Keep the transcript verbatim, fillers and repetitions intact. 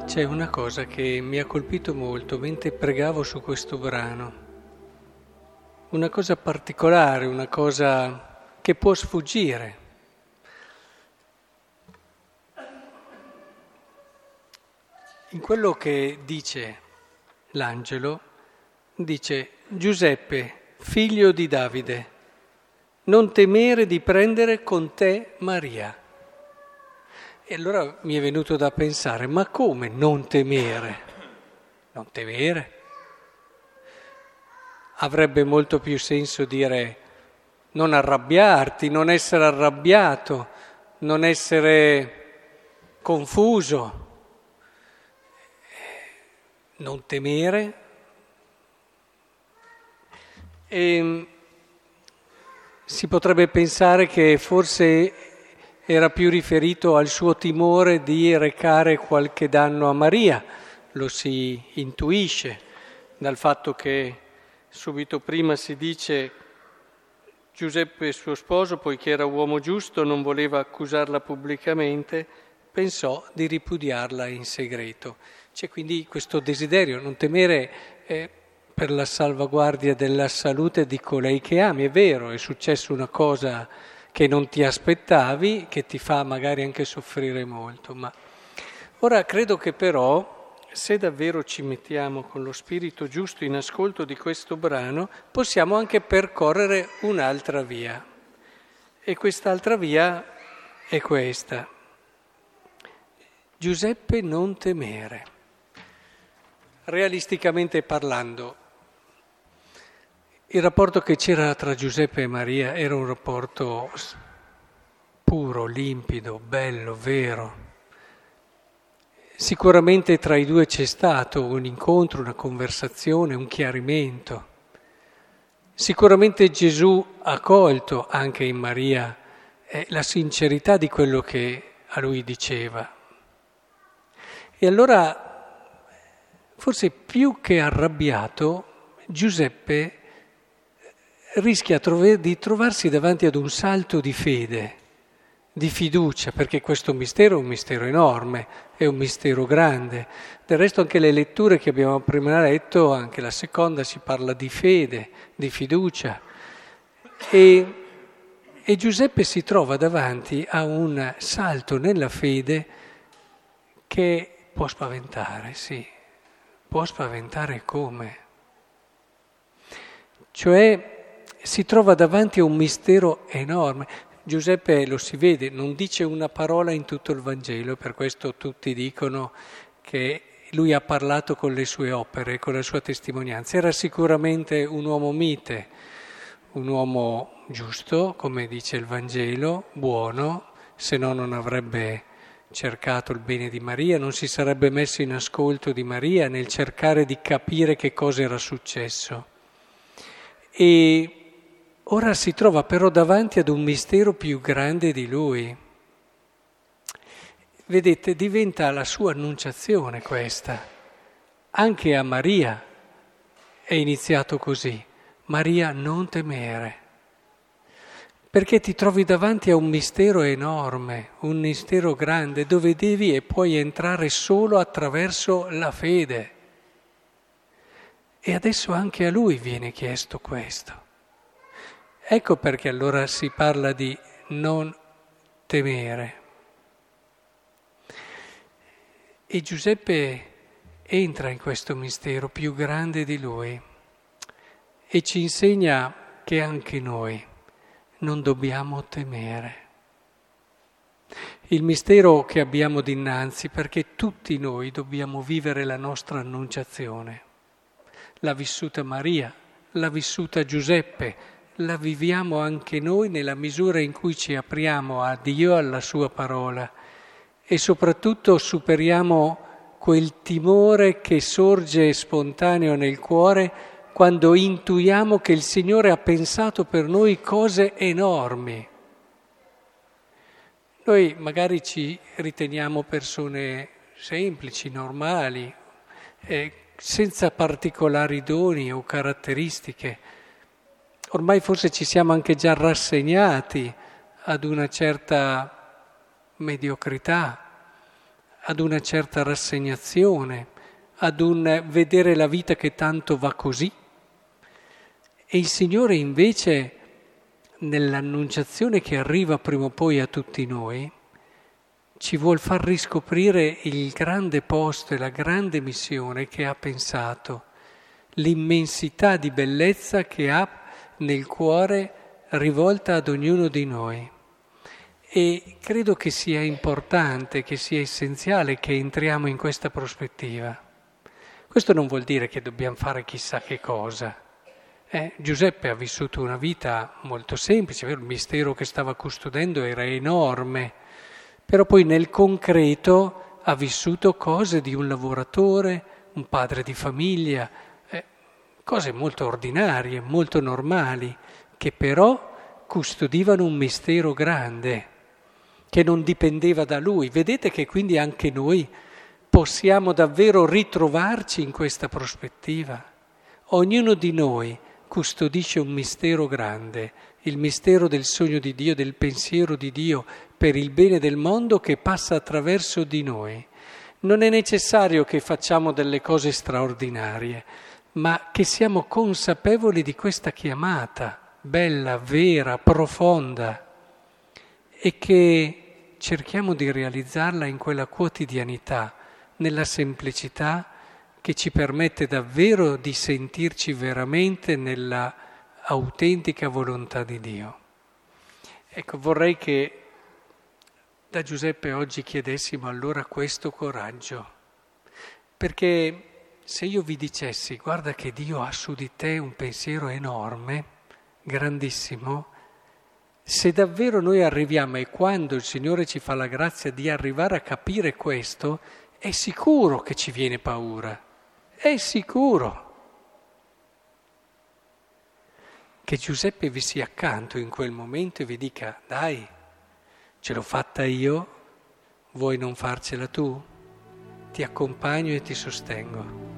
C'è una cosa che mi ha colpito molto mentre pregavo su questo brano, una cosa particolare, una cosa che può sfuggire. In quello che dice l'angelo, dice: Giuseppe, figlio di Davide, non temere di prendere con te Maria. E allora mi è venuto da pensare, ma come non temere? Non temere? Avrebbe molto più senso dire non arrabbiarti, non essere arrabbiato, non essere confuso. Non temere. E si potrebbe pensare che forse era più riferito al suo timore di recare qualche danno a Maria, lo si intuisce dal fatto che subito prima si dice Giuseppe suo sposo, poiché era uomo giusto, non voleva accusarla pubblicamente, pensò di ripudiarla in segreto. C'è quindi questo desiderio, non temere eh, per la salvaguardia della salute di colei che ami. È vero, è successa una cosa che non ti aspettavi, che ti fa magari anche soffrire molto. Ma ora credo che però, se davvero ci mettiamo con lo spirito giusto in ascolto di questo brano, possiamo anche percorrere un'altra via. E quest'altra via è questa. Giuseppe, non temere. Realisticamente parlando, il rapporto che c'era tra Giuseppe e Maria era un rapporto puro, limpido, bello, vero. Sicuramente tra i due c'è stato un incontro, una conversazione, un chiarimento. Sicuramente Gesù ha colto anche in Maria eh, la sincerità di quello che a lui diceva. E allora, forse più che arrabbiato, Giuseppe rischia di trovarsi davanti ad un salto di fede, di fiducia, perché questo mistero è un mistero enorme, è un mistero grande. Del resto anche le letture che abbiamo prima letto, anche la seconda, si parla di fede, di fiducia. E, e Giuseppe si trova davanti a un salto nella fede che può spaventare, sì, può spaventare come? Cioè si trova davanti a un mistero enorme. Giuseppe, lo si vede, non dice una parola in tutto il Vangelo, per questo tutti dicono che lui ha parlato con le sue opere, con la sua testimonianza. Era sicuramente un uomo mite, un uomo giusto, come dice il Vangelo, buono, se no non avrebbe cercato il bene di Maria, non si sarebbe messo in ascolto di Maria nel cercare di capire che cosa era successo. E ora si trova però davanti ad un mistero più grande di lui. Vedete, diventa la sua annunciazione questa. Anche a Maria è iniziato così. Maria, non temere. Perché ti trovi davanti a un mistero enorme, un mistero grande, dove devi e puoi entrare solo attraverso la fede. E adesso anche a lui viene chiesto questo. Ecco perché allora si parla di non temere. E Giuseppe entra in questo mistero più grande di lui e ci insegna che anche noi non dobbiamo temere. Il mistero che abbiamo dinanzi, perché tutti noi dobbiamo vivere la nostra annunciazione. L'ha vissuta Maria, l'ha vissuta Giuseppe, la viviamo anche noi nella misura in cui ci apriamo a Dio, alla sua parola e soprattutto superiamo quel timore che sorge spontaneo nel cuore quando intuiamo che il Signore ha pensato per noi cose enormi. Noi magari ci riteniamo persone semplici, normali, eh, senza particolari doni o caratteristiche. Ormai forse ci siamo anche già rassegnati ad una certa mediocrità, ad una certa rassegnazione, ad un vedere la vita che tanto va così. E il Signore invece, nell'annunciazione che arriva prima o poi a tutti noi, ci vuol far riscoprire il grande posto e la grande missione che ha pensato, l'immensità di bellezza che ha nel cuore rivolta ad ognuno di noi. E credo che sia importante, che sia essenziale che entriamo in questa prospettiva. Questo non vuol dire che dobbiamo fare chissà che cosa. Eh, Giuseppe ha vissuto una vita molto semplice, il mistero che stava custodendo era enorme, però poi nel concreto ha vissuto cose di un lavoratore, un padre di famiglia, eh, cose molto ordinarie, molto normali, che però custodivano un mistero grande, che non dipendeva da lui. Vedete che quindi anche noi possiamo davvero ritrovarci in questa prospettiva. Ognuno di noi custodisce un mistero grande, il mistero del sogno di Dio, del pensiero di Dio per il bene del mondo che passa attraverso di noi. Non è necessario che facciamo delle cose straordinarie, ma che siamo consapevoli di questa chiamata, bella, vera, profonda, e che cerchiamo di realizzarla in quella quotidianità, nella semplicità che ci permette davvero di sentirci veramente nella autentica volontà di Dio. Ecco, vorrei che da Giuseppe oggi chiedessimo allora questo coraggio, perché se io vi dicessi guarda che Dio ha su di te un pensiero enorme, grandissimo, se davvero noi arriviamo e quando il Signore ci fa la grazia di arrivare a capire questo, è sicuro che ci viene paura, è sicuro. Che Giuseppe vi sia accanto in quel momento e vi dica, dai, ce l'ho fatta io, vuoi non farcela tu? Ti accompagno e ti sostengo.